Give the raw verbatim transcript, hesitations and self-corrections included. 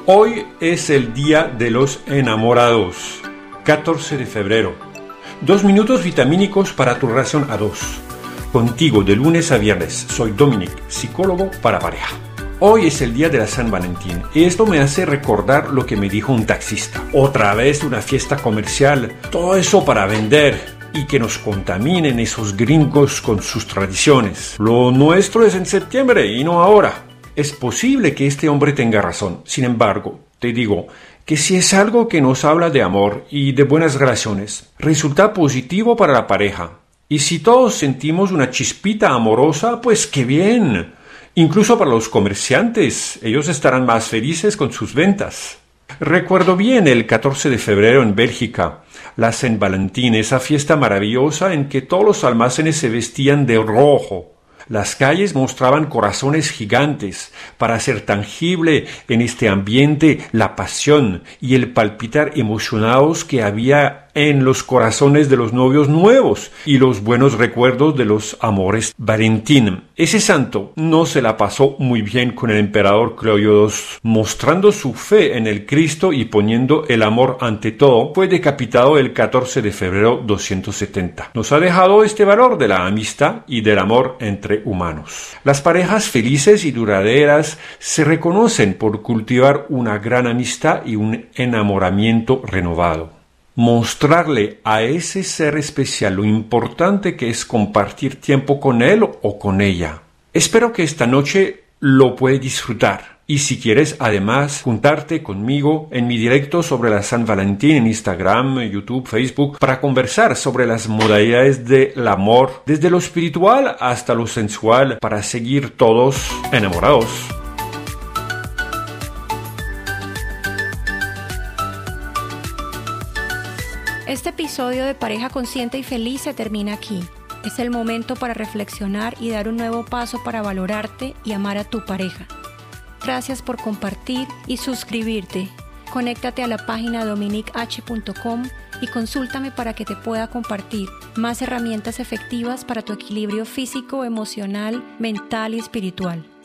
Hoy es el Día de los Enamorados, catorce de febrero. Dos minutos vitamínicos para tu relación a dos. Contigo de lunes a viernes. Soy Dominic, psicólogo para pareja. Hoy es el día de la San Valentín y esto me hace recordar lo que me dijo un taxista. Otra vez una fiesta comercial, todo eso para vender y que nos contaminen esos gringos con sus tradiciones. Lo nuestro es en septiembre y no ahora. Es posible que este hombre tenga razón. Sin embargo, te digo que si es algo que nos habla de amor y de buenas relaciones, resulta positivo para la pareja. Y si todos sentimos una chispita amorosa, pues qué bien. Incluso para los comerciantes, ellos estarán más felices con sus ventas. Recuerdo bien el catorce de febrero en Bélgica, la San Valentín, esa fiesta maravillosa en que todos los almacenes se vestían de rojo. Las calles mostraban corazones gigantes para hacer tangible en este ambiente la pasión y el palpitar emocionados que había en los corazones de los novios nuevos y los buenos recuerdos de los amores Valentín. Ese santo no se la pasó muy bien con el emperador Claudio segundo, mostrando su fe en el Cristo y poniendo el amor ante todo, fue decapitado el catorce de febrero doscientos setenta. Nos ha dejado este valor de la amistad y del amor entre humanos. Las parejas felices y duraderas se reconocen por cultivar una gran amistad y un enamoramiento renovado. Mostrarle a ese ser especial lo importante que es compartir tiempo con él o con ella. Espero que esta noche lo puedas disfrutar. Y si quieres además juntarte conmigo en mi directo sobre la San Valentín en Instagram, YouTube, Facebook, para conversar sobre las modalidades del amor, desde lo espiritual hasta lo sensual, para seguir todos enamorados. Este episodio de Pareja Consciente y Feliz se termina aquí. Es el momento para reflexionar y dar un nuevo paso para valorarte y amar a tu pareja. Gracias por compartir y suscribirte. Conéctate a la página dominic h punto com y consúltame para que te pueda compartir más herramientas efectivas para tu equilibrio físico, emocional, mental y espiritual.